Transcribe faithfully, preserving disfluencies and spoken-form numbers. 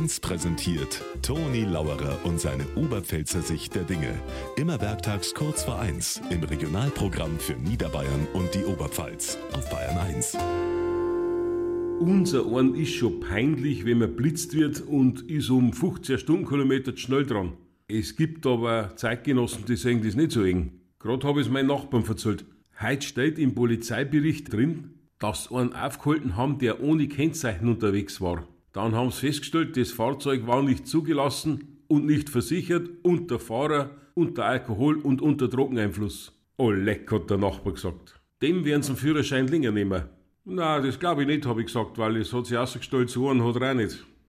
eins präsentiert Toni Lauerer und seine Oberpfälzer Sicht der Dinge. Immer werktags kurz vor eins im Regionalprogramm für Niederbayern und die Oberpfalz auf Bayern eins. Unser Ohren ist schon peinlich, wenn man blitzt wird und ist um fünfzehn Stundenkilometer zu schnell dran. Es gibt aber Zeitgenossen, die sehen das nicht so eng. Gerade habe ich es meinen Nachbarn erzählt. Heute steht im Polizeibericht drin, dass sie einen aufgehalten haben, der ohne Kennzeichen unterwegs war. Dann haben sie festgestellt, das Fahrzeug war nicht zugelassen und nicht versichert und der Fahrer unter Alkohol- und unter Drogeneinfluss. Oh leck, hat der Nachbar gesagt. Dem werden sie den Führerschein länger nehmen. Na, das glaube ich nicht, habe ich gesagt, weil es hat sich ausgestellt, so einen hat er auch nicht.